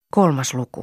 3. luku.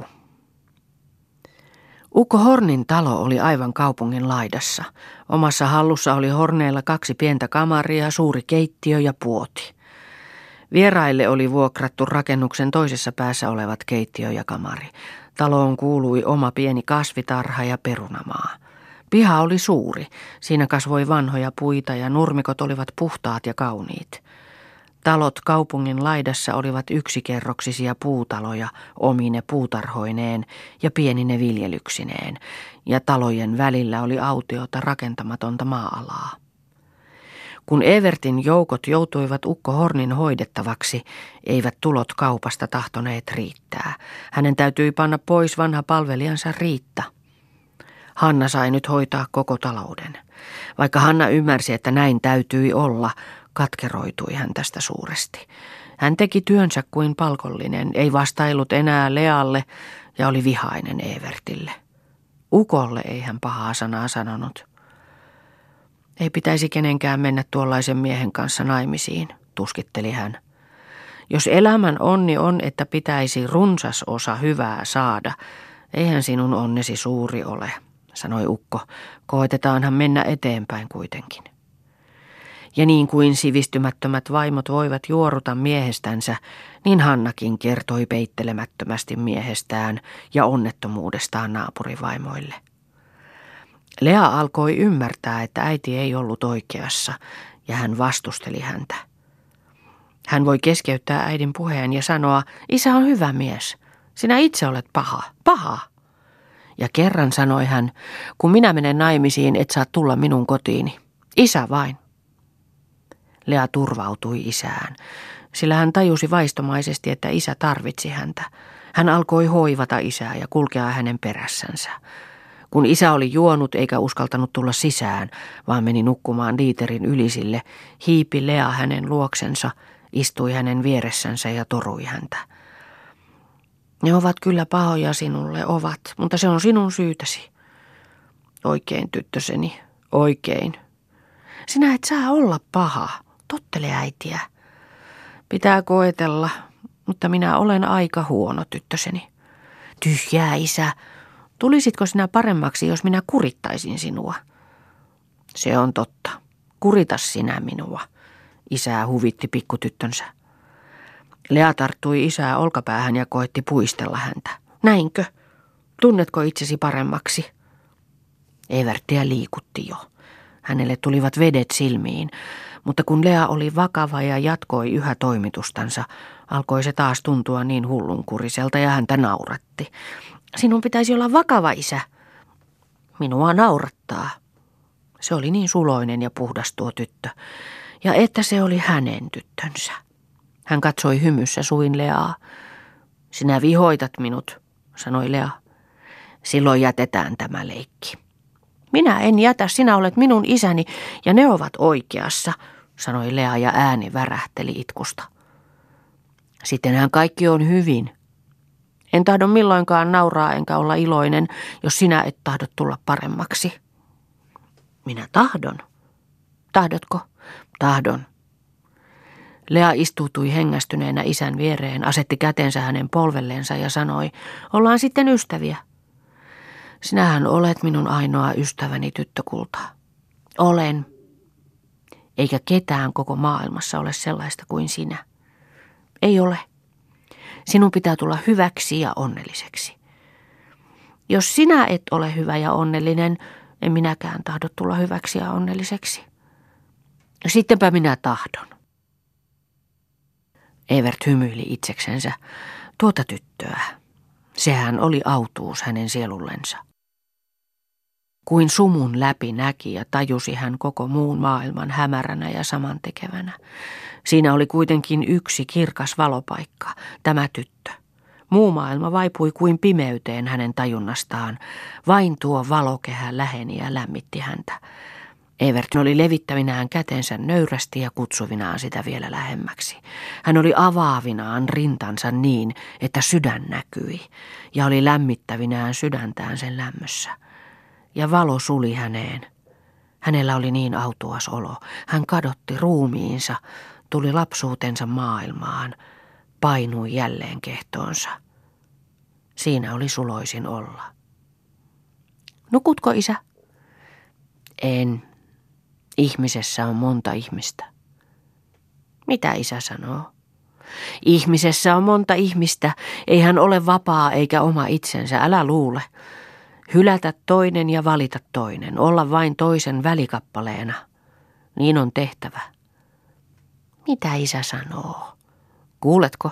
Ukko Hornin talo oli aivan kaupungin laidassa. Omassa hallussa oli Horneilla 2 pientä kamaria, suuri keittiö ja puoti. Vieraille oli vuokrattu rakennuksen toisessa päässä olevat keittiö ja kamari. Taloon kuului oma pieni kasvitarha ja perunamaa. Piha oli suuri. Siinä kasvoi vanhoja puita ja nurmikot olivat puhtaat ja kauniit. Talot kaupungin laidassa olivat yksikerroksisia puutaloja omine puutarhoineen ja pienine viljelyksineen, ja talojen välillä oli autiota rakentamatonta maa-alaa. Kun Evertin joukot joutuivat Ukko Hornin hoidettavaksi, eivät tulot kaupasta tahtoneet riittää. Hänen täytyi panna pois vanha palvelijansa Riitta. Hanna sai nyt hoitaa koko talouden. Vaikka Hanna ymmärsi, että näin täytyi olla, katkeroitui hän tästä suuresti. Hän teki työnsä kuin palkollinen, ei vastaillut enää Lealle ja oli vihainen Evertille. Ukolle ei hän pahaa sanaa sanonut. Ei pitäisi kenenkään mennä tuollaisen miehen kanssa naimisiin, tuskitteli hän. Jos elämän onni on, että pitäisi runsas osa hyvää saada, eihän sinun onnesi suuri ole, sanoi Ukko. Koetetaanhan mennä eteenpäin kuitenkin. Ja niin kuin sivistymättömät vaimot voivat juoruta miehestänsä, niin Hannakin kertoi peittelemättömästi miehestään ja onnettomuudestaan naapurivaimoille. Lea alkoi ymmärtää, että äiti ei ollut oikeassa, ja hän vastusteli häntä. Hän voi keskeyttää äidin puheen ja sanoa, isä on hyvä mies, sinä itse olet paha, paha. Ja kerran sanoi hän, kun minä menen naimisiin, et saa tulla minun kotiini, isä vain. Lea turvautui isään, sillä hän tajusi vaistomaisesti, että isä tarvitsi häntä. Hän alkoi hoivata isää ja kulkea hänen perässänsä. Kun isä oli juonut eikä uskaltanut tulla sisään, vaan meni nukkumaan liiterin ylisille, hiipi Lea hänen luoksensa, istui hänen vieressänsä ja torui häntä. Ne ovat kyllä pahoja sinulle, ovat, mutta se on sinun syytäsi. Oikein, tyttöseni, oikein. Sinä et saa olla paha. Tottele äitiä. Pitää koetella, mutta minä olen aika huono, tyttöseni. Tyhjää, isä. Tulisitko sinä paremmaksi, jos minä kurittaisin sinua? Se on totta. Kurita sinä minua, isää huvitti pikkutyttönsä. Lea tarttui isää olkapäähän ja koetti puistella häntä. Näinkö? Tunnetko itsesi paremmaksi? Everttiä liikutti jo. Hänelle tulivat vedet silmiin, mutta kun Lea oli vakava ja jatkoi yhä toimitustansa, alkoi se taas tuntua niin hullunkuriselta ja häntä nauratti. Sinun pitäisi olla vakava, isä. Minua naurattaa. Se oli niin suloinen ja puhdas tuo tyttö, ja että se oli hänen tyttönsä. Hän katsoi hymyssä suin Leaa. Sinä vihoitat minut, sanoi Lea. Silloin jätetään tämä leikki. Minä en jätä, sinä olet minun isäni ja ne ovat oikeassa, sanoi Lea ja ääni värähteli itkusta. Sittenhän kaikki on hyvin. En tahdo milloinkaan nauraa enkä olla iloinen, jos sinä et tahdo tulla paremmaksi. Minä tahdon. Tahdotko? Tahdon. Lea istuutui hengästyneenä isän viereen, asetti kätensä hänen polvelleensa ja sanoi, ollaan sitten ystäviä. Sinähän olet minun ainoa ystäväni, tyttökulta. Olen. Eikä ketään koko maailmassa ole sellaista kuin sinä. Ei ole. Sinun pitää tulla hyväksi ja onnelliseksi. Jos sinä et ole hyvä ja onnellinen, en minäkään tahdo tulla hyväksi ja onnelliseksi. Sittenpä minä tahdon. Evert hymyili itseksensä. Tuota tyttöä. Sehän oli autuus hänen sielullensa. Kuin sumun läpi näki ja tajusi hän koko muun maailman hämäränä ja samantekevänä. Siinä oli kuitenkin yksi kirkas valopaikka, tämä tyttö. Muu maailma vaipui kuin pimeyteen hänen tajunnastaan. Vain tuo valokehä läheni ja lämmitti häntä. Evert oli levittävinään kätensä nöyrästi ja kutsuvinaan sitä vielä lähemmäksi. Hän oli avaavinaan rintansa niin, että sydän näkyi, ja oli lämmittävinään sydäntään sen lämmössä. Ja valo suli häneen. Hänellä oli niin autuas olo. Hän kadotti ruumiinsa, tuli lapsuutensa maailmaan, painui jälleen kehtoonsa. Siinä oli suloisin olla. Nukutko, isä? En. Ihmisessä on monta ihmistä. Mitä isä sanoo? Ihmisessä on monta ihmistä, ei hän ole vapaa eikä oma itsensä, älä luule. Hylätä toinen ja valita toinen, olla vain toisen välikappaleena. Niin on tehtävä. Mitä isä sanoo? Kuuletko?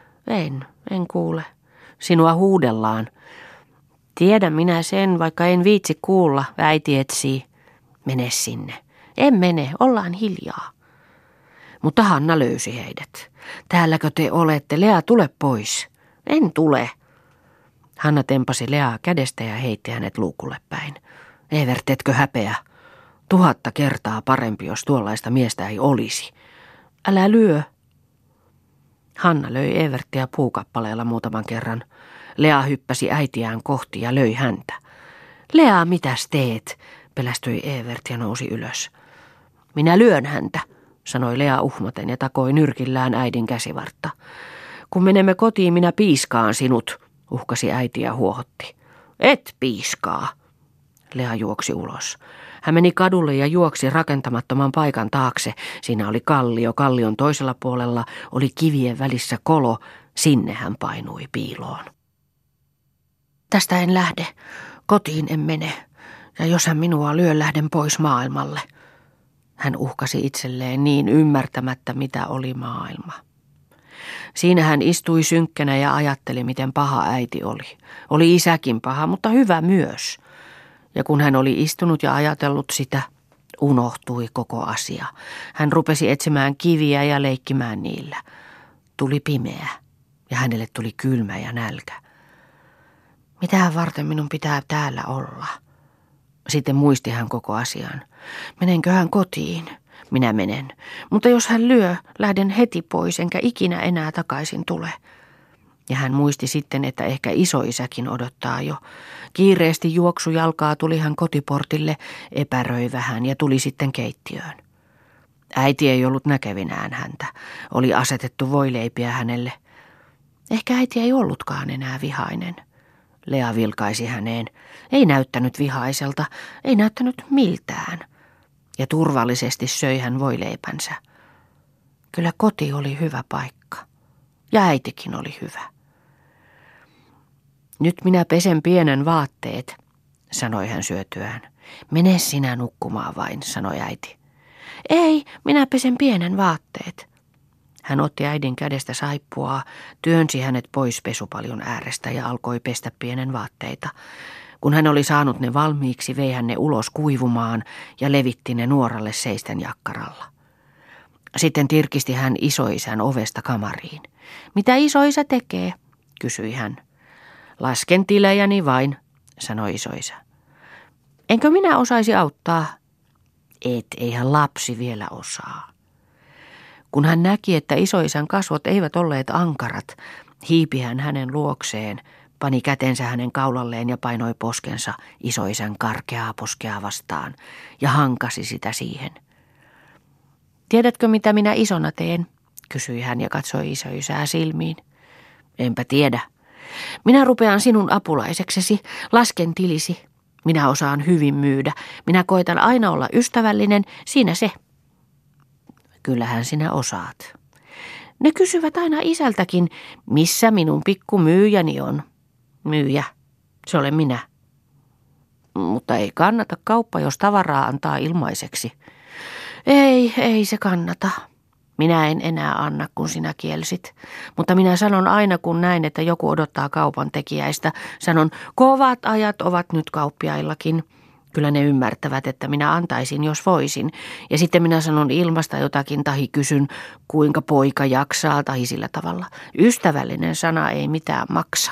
En kuule. Sinua huudellaan. Tiedän minä sen, vaikka en viitsi kuulla, äiti etsii. Mene sinne. En mene, ollaan hiljaa. Mutta Hanna löysi heidät. Täälläkö te olette? Lea, tule pois. En tule. Hanna tempasi Leaa kädestä ja heitti hänet luukulle päin. Evert, etkö häpeä? 1000 kertaa parempi, jos tuollaista miestä ei olisi. Älä lyö. Hanna löi Everttiä puukappaleella muutaman kerran. Lea hyppäsi äitiään kohti ja löi häntä. Lea, mitäs teet? Pelästyi Evert ja nousi ylös. Minä lyön häntä, sanoi Lea uhmaten ja takoi nyrkillään äidin käsivartta. Kun menemme kotiin, minä piiskaan sinut, uhkasi äiti ja huohotti. Et piiskaa. Lea juoksi ulos. Hän meni kadulle ja juoksi rakentamattoman paikan taakse. Siinä oli kallio, kallion toisella puolella oli kivien välissä kolo. Sinne hän painui piiloon. Tästä en lähde. Kotiin en mene. Ja jos hän minua lyö, lähden pois maailmalle. Hän uhkasi itselleen niin ymmärtämättä, mitä oli maailma. Siinä hän istui synkkänä ja ajatteli, miten paha äiti oli. Oli isäkin paha, mutta hyvä myös. Ja kun hän oli istunut ja ajatellut sitä, unohtui koko asia. Hän rupesi etsimään kiviä ja leikkimään niillä. Tuli pimeä ja hänelle tuli kylmä ja nälkä. Mitähän varten minun pitää täällä olla? Sitten muisti hän koko asian. Menenkö hän kotiin? Minä menen. Mutta jos hän lyö, lähden heti pois, enkä ikinä enää takaisin tule. Ja hän muisti sitten, että ehkä isoisäkin odottaa jo. Kiireesti juoksujalkaa tuli hän kotiportille, epäröi vähän ja tuli sitten keittiöön. Äiti ei ollut näkevinään häntä. Oli asetettu voileipiä hänelle. Ehkä äiti ei ollutkaan enää vihainen. Lea vilkaisi häneen. Ei näyttänyt vihaiselta, ei näyttänyt miltään. Ja turvallisesti söi hän voileipänsä. Kyllä koti oli hyvä paikka. Ja äitikin oli hyvä. Nyt minä pesen pienen vaatteet, sanoi hän syötyään. Mene sinä nukkumaan vain, sanoi äiti. Ei, minä pesen pienen vaatteet. Hän otti äidin kädestä saippuaa, työnsi hänet pois pesupaljon äärestä ja alkoi pestä pienen vaatteita. Kun hän oli saanut ne valmiiksi, vei hän ne ulos kuivumaan ja levitti ne nuoralle seisten jakkaralla. Sitten tirkisti hän isoisän ovesta kamariin. Mitä isoisä tekee? Kysyi hän. Lasken tilejäni vain, sanoi isoisä. Enkö minä osaisi auttaa? Eihän lapsi vielä osaa. Kun hän näki, että isoisän kasvot eivät olleet ankarat, hiipi hän hänen luokseen, pani kätensä hänen kaulalleen ja painoi poskensa isoisän karkeaa poskea vastaan ja hankasi sitä siihen. Tiedätkö, mitä minä isona teen? Kysyi hän ja katsoi isoisää silmiin. Enpä tiedä. Minä rupean sinun apulaiseksesi, lasken tilisi. Minä osaan hyvin myydä. Minä koitan aina olla ystävällinen, siinä se. Kyllähän sinä osaat. Ne kysyvät aina isältäkin, missä minun pikku myyjäni on. Myyjä, se olen minä. Mutta ei kannata kauppa, jos tavaraa antaa ilmaiseksi. Ei se kannata. Minä en enää anna, kun sinä kielsit. Mutta minä sanon aina, kun näin, että joku odottaa kaupan tekijäistä. Sanon, kovat ajat ovat nyt kauppiaillakin. Kyllä ne ymmärtävät, että minä antaisin, jos voisin. Ja sitten minä sanon ilmasta jotakin tahi kysyn, kuinka poika jaksaa tahi sillä tavalla. Ystävällinen sana ei mitään maksa.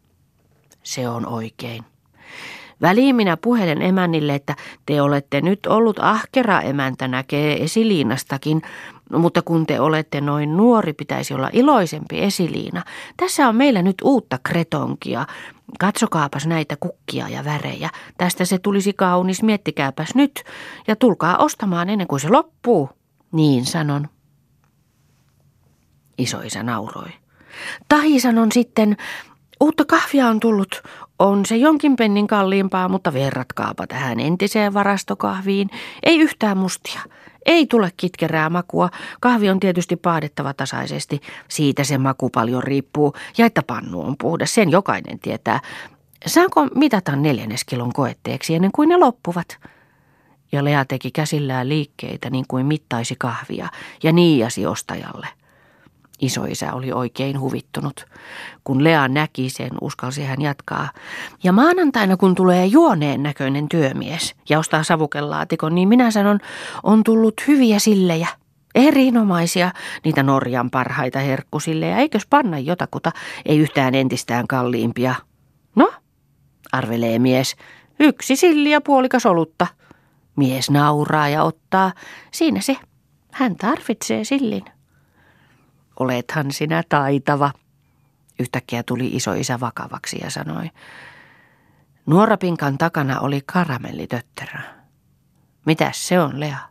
Se on oikein. Väliin minä puhelen emännille, että te olette nyt ollut ahkera emäntä, näkee Esiliinastakin, mutta kun te olette noin nuori, pitäisi olla iloisempi Esiliina. Tässä on meillä nyt uutta kretonkia. Katsokaapas näitä kukkia ja värejä. Tästä se tulisi kaunis, miettikääpäs nyt ja tulkaa ostamaan ennen kuin se loppuu. Niin sanon. Isoisä nauroi. Tahi sanon sitten, Uutta kahvia on tullut. On se jonkin pennin kalliimpaa, mutta verratkaapa tähän entiseen varastokahviin. Ei yhtään mustia. Ei tule kitkerää makua. Kahvi on tietysti paadettava tasaisesti. Siitä se maku paljon riippuu. Ja että pannu on puhdas, sen jokainen tietää. Saanko mitata 4 kilon koetteeksi ennen kuin ne loppuvat? Ja Lea teki käsillään liikkeitä niin kuin mittaisi kahvia ja niiasi ostajalle. Isoisä oli oikein huvittunut. Kun Lea näki sen, uskalsi hän jatkaa. Ja maanantaina, kun tulee juoneen näköinen työmies ja ostaa savukelaatikon, niin minä sanon, on tullut hyviä sillejä. Erinomaisia, niitä Norjan parhaita herkkusillejä. Eikös panna jotakuta, ei yhtään entistään kalliimpia. No, arvelee mies, 1 silli ja puolikas olutta. Mies nauraa ja ottaa. Siinä se, hän tarvitsee sillin. Olethan sinä taitava. Yhtäkkiä tuli isoisä vakavaksi ja sanoi. Nuorapinkan takana oli karamellitötterö. Mitäs se on, Lea?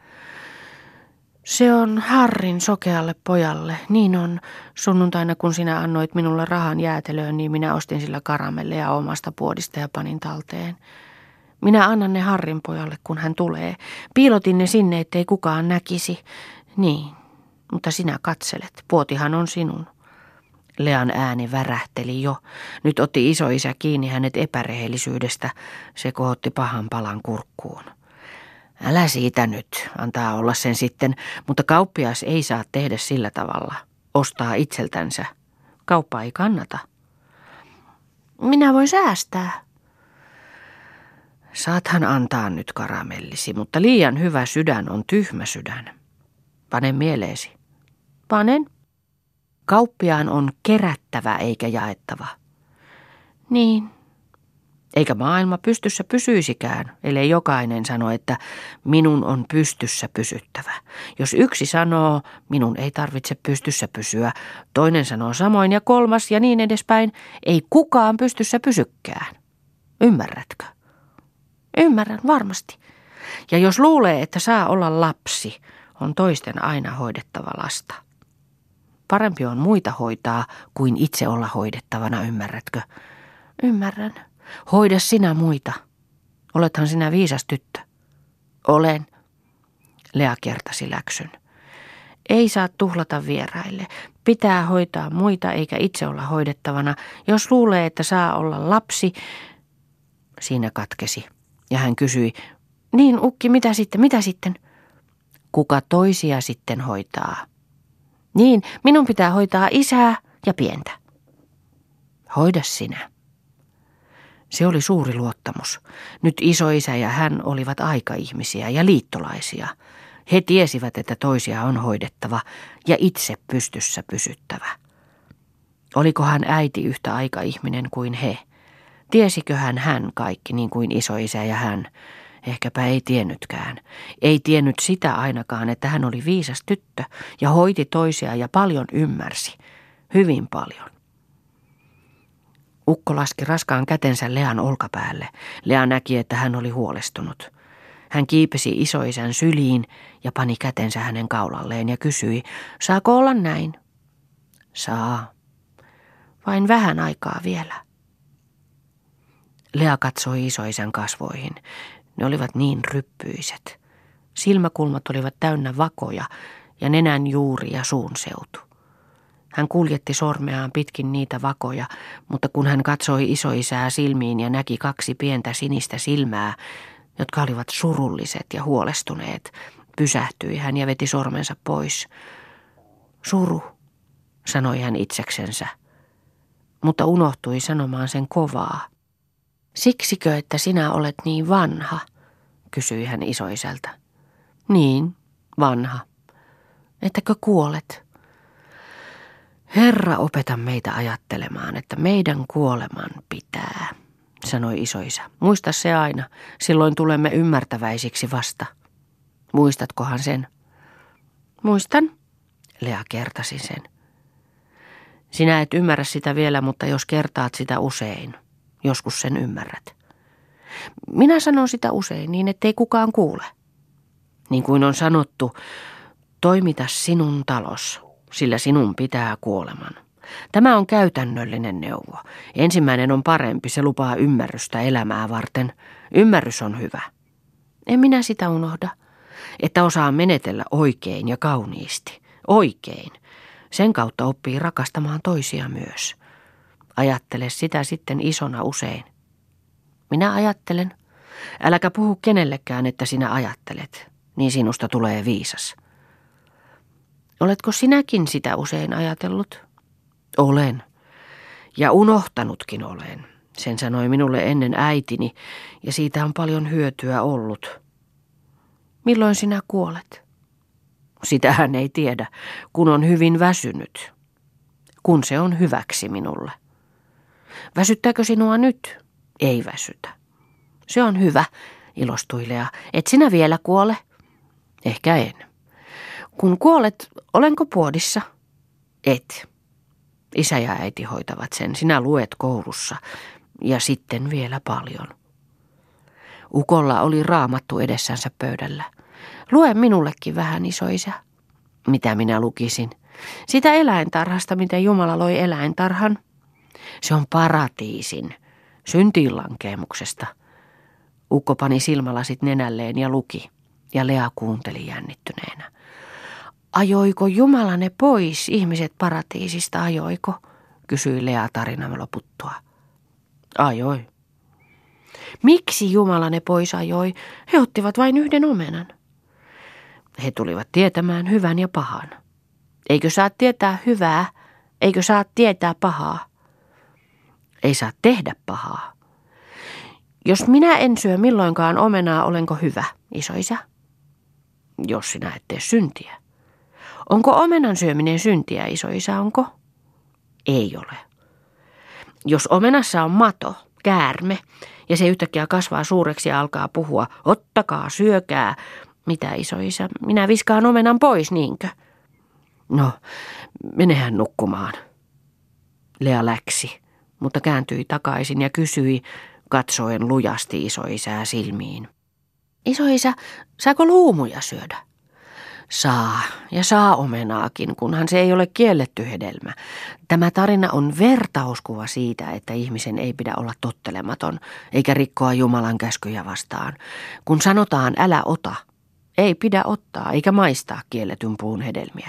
Se on Harrin sokealle pojalle. Niin on. Sunnuntaina, kun sinä annoit minulle rahan jäätelöön, niin minä ostin sillä karamelleja omasta puodista ja panin talteen. Minä annan ne Harrin pojalle, kun hän tulee. Piilotin ne sinne, ettei kukaan näkisi. Niin. Mutta sinä katselet, puotihan on sinun. Lean ääni värähteli jo. Nyt otti isoisä kiinni hänet epärehellisyydestä. Se kohotti pahan palan kurkkuun. Älä siitä nyt, antaa olla sen sitten, mutta kauppias ei saa tehdä sillä tavalla. Ostaa itseltänsä. Kauppa ei kannata. Minä voin säästää. Saathan antaa nyt karamellisi, mutta liian hyvä sydän on tyhmä sydän. Pane mieleesi. Panen. Kauppiaan on kerättävä eikä jaettava. Niin. Eikä maailma pystyssä pysyisikään, ellei jokainen sano, että minun on pystyssä pysyttävä. Jos yksi sanoo, minun ei tarvitse pystyssä pysyä, toinen sanoo samoin ja kolmas ja niin edespäin, ei kukaan pystyssä pysykään. Ymmärrätkö? Ymmärrän varmasti. Ja jos luulee, että saa olla lapsi, on toisten aina hoidettava lasta. Parempi on muita hoitaa kuin itse olla hoidettavana, ymmärrätkö? Ymmärrän. Hoida sinä muita. Olethan sinä viisas tyttö. Olen. Lea kertasi läksyn. Ei saa tuhlata vieraille. Pitää hoitaa muita eikä itse olla hoidettavana. Jos luulee, että saa olla lapsi, siinä katkesi. Ja hän kysyi, niin ukki, mitä sitten? Kuka toisia sitten hoitaa? Niin, minun pitää hoitaa isää ja pientä. Hoida sinä. Se oli suuri luottamus. Nyt isoisä ja hän olivat aikaihmisiä ja liittolaisia. He tiesivät, että toisia on hoidettava ja itse pystyssä pysyttävä. Olikohan äiti yhtä aikaihminen kuin he? Tiesiköhän hän kaikki niin kuin isoisä ja hän? Ehkäpä ei tiennytkään. Ei tiennyt sitä ainakaan, että hän oli viisas tyttö ja hoiti toisia ja paljon ymmärsi. Hyvin paljon. Ukko laski raskaan kätensä Lean olkapäälle. Lea näki, että hän oli huolestunut. Hän kiipesi isoisän syliin ja pani kätensä hänen kaulalleen ja kysyi, saako olla näin? Saa. Vain vähän aikaa vielä. Lea katsoi isoisän kasvoihin. Ne olivat niin ryppyiset. Silmäkulmat olivat täynnä vakoja ja nenän juuri ja suun seutu. Hän kuljetti sormeaan pitkin niitä vakoja, mutta kun hän katsoi isoisää silmiin ja näki 2 pientä sinistä silmää, jotka olivat surulliset ja huolestuneet, pysähtyi hän ja veti sormensa pois. Suru, sanoi hän itseksensä, mutta unohtui sanomaan sen kovaa. Siksikö, että sinä olet niin vanha, kysyi hän isoisältä. Niin, vanha. Ettäkö kuolet? Herra, opeta meitä ajattelemaan, että meidän kuoleman pitää, sanoi isoisä. Muista se aina, silloin tulemme ymmärtäväisiksi vasta. Muistatkohan sen? Muistan, Lea kertasi sen. Sinä et ymmärrä sitä vielä, mutta jos kertaat sitä usein, joskus sen ymmärrät. Minä sanon sitä usein niin, ettei kukaan kuule. Niin kuin on sanottu, toimita sinun talos, sillä sinun pitää kuoleman. Tämä on käytännöllinen neuvo. Ensimmäinen on parempi, se lupaa ymmärrystä elämää varten. Ymmärrys on hyvä. En minä sitä unohda, että osaa menetellä oikein ja kauniisti. Oikein. Sen kautta oppii rakastamaan toisia myös. Ajattele sitä sitten isona usein. Minä ajattelen. Äläkä puhu kenellekään, että sinä ajattelet. Niin sinusta tulee viisas. Oletko sinäkin sitä usein ajatellut? Olen. Ja unohtanutkin olen. Sen sanoi minulle ennen äitini, ja siitä on paljon hyötyä ollut. Milloin sinä kuolet? Sitä hän ei tiedä, kun on hyvin väsynyt. Kun se on hyväksi minulle. Väsyttääkö sinua nyt? Ei väsytä. Se on hyvä, ilostui Lea. Et sinä vielä kuole? Ehkä en. Kun kuolet, olenko puodissa? Et. Isä ja äiti hoitavat sen. Sinä luet koulussa. Ja sitten vielä paljon. Ukolla oli raamattu edessänsä pöydällä. Lue minullekin vähän, isoisä. Mitä minä lukisin? Sitä eläintarhasta, miten Jumala loi eläintarhan. Se on paratiisin. Syntiinlankeemuksesta. Ukko pani silmälasit nenälleen ja luki. Ja Lea kuunteli jännittyneenä. Ajoiko Jumala ne pois, ihmiset paratiisista, ajoiko? Kysyi Lea tarinamme loputtua. Ajoi. Miksi Jumala ne pois ajoi? He ottivat vain yhden omenan. He tulivat tietämään hyvän ja pahan. Eikö saa tietää hyvää? Eikö saa tietää pahaa? Ei saa tehdä pahaa. Jos minä en syö milloinkaan omenaa, olenko hyvä, isoisä? Jos sinä et tee syntiä. Onko omenan syöminen syntiä, isoisä, onko? Ei ole. Jos omenassa on mato, käärme, ja se yhtäkkiä kasvaa suureksi ja alkaa puhua, ottakaa, syökää. Mitä, isoisä, minä viskaan omenan pois, niinkö? No, menehän nukkumaan. Lea läksi, mutta kääntyi takaisin ja kysyi, katsoen lujasti isoisää silmiin. Isoisä, saako luumuja syödä? Saa, ja saa omenaakin, kunhan se ei ole kielletty hedelmä. Tämä tarina on vertauskuva siitä, että ihmisen ei pidä olla tottelematon, eikä rikkoa Jumalan käskyjä vastaan. Kun sanotaan älä ota, ei pidä ottaa eikä maistaa kielletyn puun hedelmiä.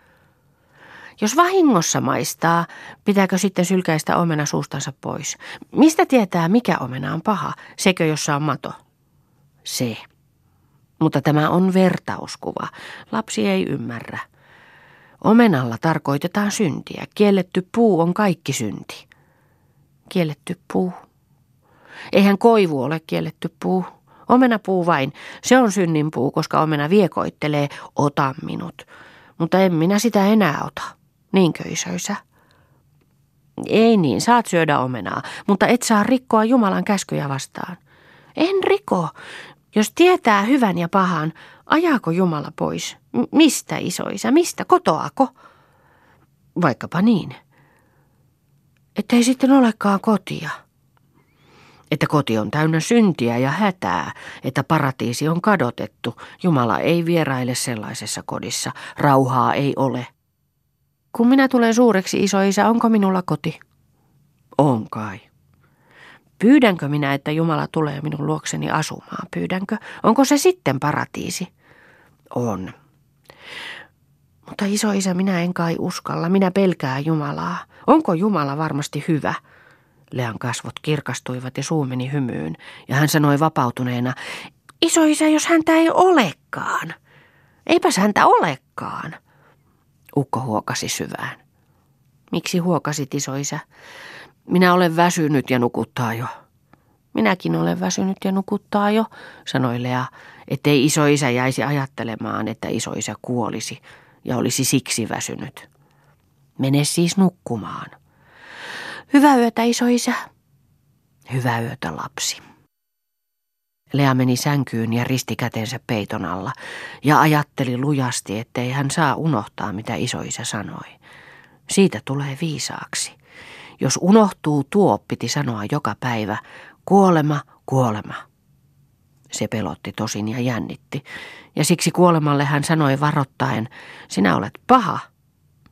Jos vahingossa maistaa, pitääkö sitten sylkäistä omena suustansa pois? Mistä tietää, mikä omena on paha? Sekö, jossa on mato? Se. Mutta tämä on vertauskuva. Lapsi ei ymmärrä. Omenalla tarkoitetaan syntiä. Kielletty puu on kaikki synti. Kielletty puu. Eihän koivu ole kielletty puu. Omenapuu vain. Se on synnin puu, koska omena viekoittelee, ota minut. Mutta en minä sitä enää ota. Niinkö, isoisä? Ei niin, saat syödä omenaa, mutta et saa rikkoa Jumalan käskyjä vastaan. En riko. Jos tietää hyvän ja pahan, ajaako Jumala pois? Mistä, isoisä? Mistä? Kotoako? Vaikkapa niin. Että ei sitten olekaan kotia. Että koti on täynnä syntiä ja hätää, että paratiisi on kadotettu. Jumala ei vieraile sellaisessa kodissa. Rauhaa ei ole. Kun minä tulen suureksi, isoisä, onko minulla koti? On kai. Pyydänkö minä, että Jumala tulee minun luokseni asumaan? Pyydänkö? Onko se sitten paratiisi? On. Mutta isoisä, minä en kai uskalla. Minä pelkään Jumalaa. Onko Jumala varmasti hyvä? Lean kasvot kirkastuivat ja suu meni hymyyn. Ja hän sanoi vapautuneena, isoisä, jos häntä ei olekaan. Eipäs häntä olekaan. Ukko huokasi syvään. Miksi huokasit, isoisä? Minä olen väsynyt ja nukuttaa jo. Minäkin olen väsynyt ja nukuttaa jo, sanoi Lea, ettei isoisä jäisi ajattelemaan, että isoisä kuolisi ja olisi siksi väsynyt. Mene siis nukkumaan. Hyvää yötä, isoisä. Hyvää yötä, lapsi. Lea meni sänkyyn ja risti kätensä peiton alla ja ajatteli lujasti, ettei hän saa unohtaa, mitä isoisä sanoi. Siitä tulee viisaaksi. Jos unohtuu tuo, piti sanoa joka päivä, kuolema, kuolema. Se pelotti tosin ja jännitti, ja siksi kuolemalle hän sanoi varoittaen, sinä olet paha.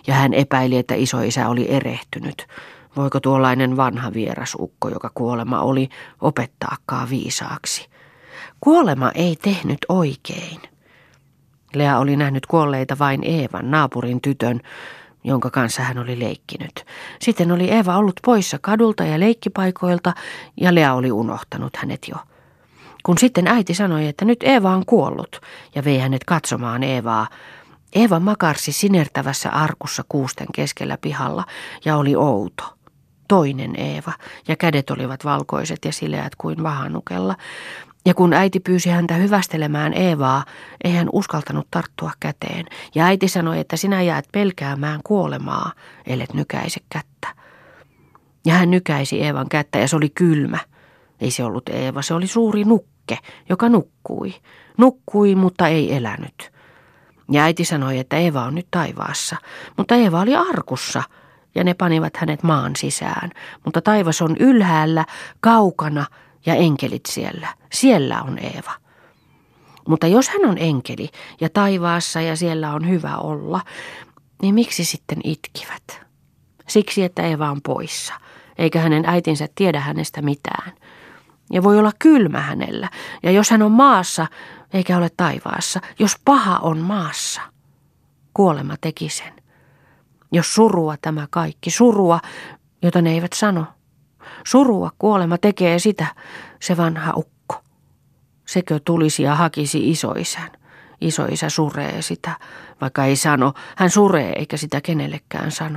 ja hän epäili, että isoisä oli erehtynyt. Voiko tuollainen vanha vierasukko, joka kuolema oli, opettaakaan viisaaksi? Kuolema ei tehnyt oikein. Lea oli nähnyt kuolleita vain Eevan, naapurin tytön, jonka kanssa hän oli leikkinyt. Sitten oli Eeva ollut poissa kadulta ja leikkipaikoilta, ja Lea oli unohtanut hänet jo. Kun sitten äiti sanoi, että nyt Eeva on kuollut, ja vei hänet katsomaan Eevaa, Eeva makarsi sinertävässä arkussa kuusten keskellä pihalla ja oli outo. Toinen Eeva, ja kädet olivat valkoiset ja sileät kuin vahanukella. Ja kun äiti pyysi häntä hyvästelemään Eevaa, ei hän uskaltanut tarttua käteen. Ja äiti sanoi, että sinä jäät pelkäämään kuolemaa, ellet nykäise kättä. Ja hän nykäisi Eevan kättä ja se oli kylmä. Ei se ollut Eeva, se oli suuri nukke, joka nukkui. Nukkui, mutta ei elänyt. Ja äiti sanoi, että Eeva on nyt taivaassa, mutta Eeva oli arkussa. Ja ne panivat hänet maan sisään, mutta taivas on ylhäällä, kaukana ja enkelit siellä. Siellä on Eeva. Mutta jos hän on enkeli ja taivaassa ja siellä on hyvä olla, niin miksi sitten itkivät? Siksi, että Eeva on poissa, eikä hänen äitinsä tiedä hänestä mitään. Ja voi olla kylmä hänellä, ja jos hän on maassa eikä ole taivaassa, jos paha on maassa, kuolema teki sen. Jos surua tämä kaikki, surua, jota ne eivät sano. Surua kuolema tekee sitä, se vanha ukko. Sekö tulisi ja hakisi isoisän. Isoisä suree sitä, vaikka ei sano. Hän suree eikä sitä kenellekään sano.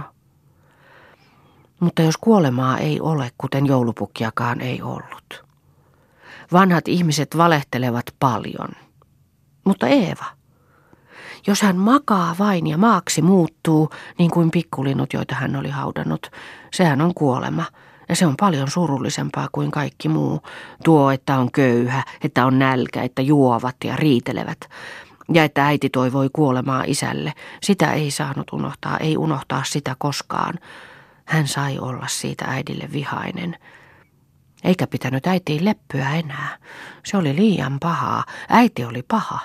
Mutta jos kuolemaa ei ole, kuten joulupukkiakaan ei ollut. Vanhat ihmiset valehtelevat paljon. Mutta Eeva. Jos hän makaa vain ja maaksi muuttuu, niin kuin pikkulinnut, joita hän oli haudannut, sehän on kuolema. Ja se on paljon surullisempaa kuin kaikki muu. Tuo, että on köyhä, että on nälkä, että juovat ja riitelevät. Ja että äiti toivoi kuolemaa isälle. Sitä ei saanut unohtaa, ei unohtaa sitä koskaan. Hän sai olla siitä äidille vihainen. Eikä pitänyt äitiin leppyä enää. Se oli liian pahaa. Äiti oli paha.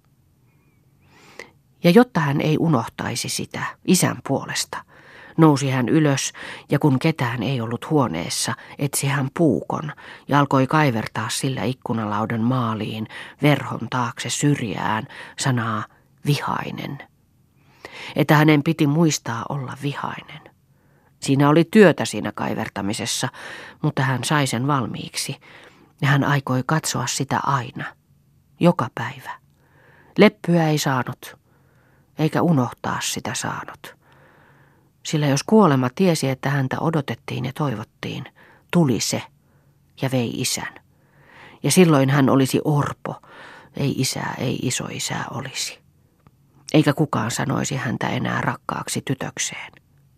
Ja jotta hän ei unohtaisi sitä isän puolesta, nousi hän ylös ja kun ketään ei ollut huoneessa, etsi hän puukon ja alkoi kaivertaa sillä ikkunalaudan maaliin verhon taakse syrjään sanaa vihainen. Että hänen piti muistaa olla vihainen. Siinä oli työtä siinä kaivertamisessa, mutta hän sai sen valmiiksi ja hän aikoi katsoa sitä aina, joka päivä. Leppyä ei saanut. Eikä unohtaa sitä saanut. Sillä jos kuolema tiesi, että häntä odotettiin ja toivottiin, tuli se ja vei isän. Ja silloin hän olisi orpo, ei isää, ei isoisää olisi. Eikä kukaan sanoisi häntä enää rakkaaksi tytökseen.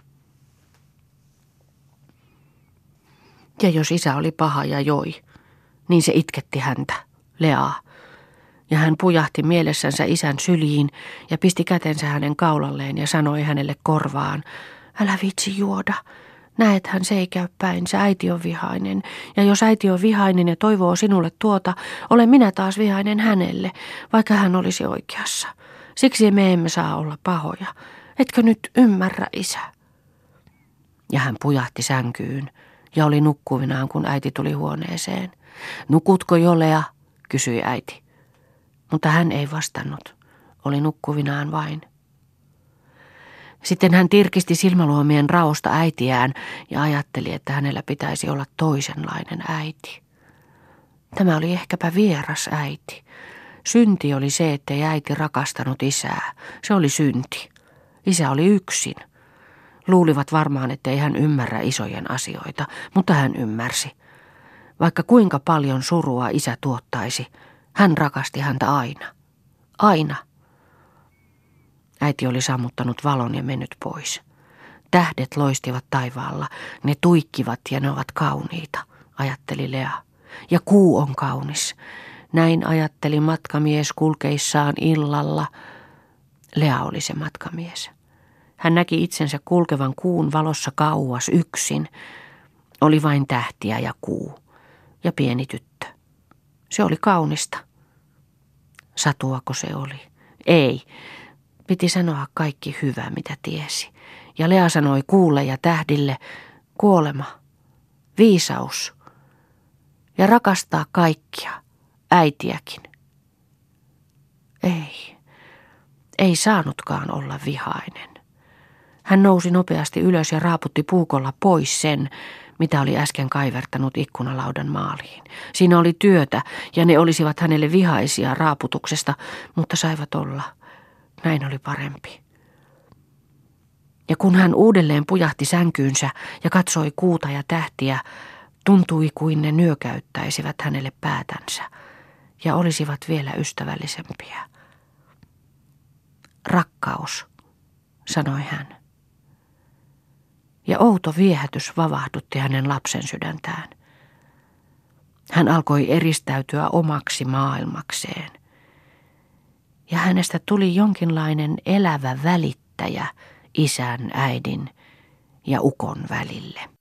Ja jos isä oli paha ja joi, niin se itketti häntä, Leaa. Ja hän pujahti mielessänsä isän syliin ja pisti kätensä hänen kaulalleen ja sanoi hänelle korvaan, älä viitsi juoda. Näethän se ei käy päinsä, äiti on vihainen. Ja jos äiti on vihainen ja toivoo sinulle tuota, olen minä taas vihainen hänelle, vaikka hän olisi oikeassa. Siksi me emme saa olla pahoja. Etkö nyt ymmärrä, isä? Ja hän pujahti sänkyyn ja oli nukkuvinaan, kun äiti tuli huoneeseen. Nukutko jo, Lea? Kysyi äiti. Mutta hän ei vastannut, oli nukkuvinaan vain. Sitten hän tirkisti silmäluomien raosta äitiään ja ajatteli, että hänellä pitäisi olla toisenlainen äiti. Tämä oli ehkäpä vieras äiti. Synti oli se, ettei äiti rakastanut isää. Se oli synti. Isä oli yksin. Luulivat varmaan, ettei hän ymmärrä isojen asioita, mutta hän ymmärsi. Vaikka kuinka paljon surua isä tuottaisi, hän rakasti häntä aina. Aina. Äiti oli sammuttanut valon ja mennyt pois. Tähdet loistivat taivaalla, ne tuikkivat ja ne ovat kauniita, ajatteli Lea. Ja kuu on kaunis. Näin ajatteli matkamies kulkeissaan illalla. Lea oli se matkamies. Hän näki itsensä kulkevan kuun valossa kauas yksin. Oli vain tähtiä ja kuu ja pieni tyttö. Se oli kaunista. Satuako se oli? Ei. Piti sanoa kaikki hyvä, mitä tiesi. ja Lea sanoi kuulle ja tähdille, kuolema, viisaus ja rakastaa kaikkia, äitiäkin. Ei saanutkaan olla vihainen. Hän nousi nopeasti ylös ja raaputti puukolla pois sen, mitä oli äsken kaivertanut ikkunalaudan maaliin. Siinä oli työtä ja ne olisivat hänelle vihaisia raaputuksesta, mutta saivat olla. Näin oli parempi. Ja kun hän uudelleen pujahti sänkyynsä ja katsoi kuuta ja tähtiä, tuntui kuin ne nyökäyttäisivät hänelle päätänsä ja olisivat vielä ystävällisempiä. Rakkaus, sanoi hän. Ja outo viehätys vavahdutti hänen lapsen sydäntään. Hän alkoi eristäytyä omaksi maailmakseen. Ja hänestä tuli jonkinlainen elävä välittäjä isän, äidin ja ukon välille.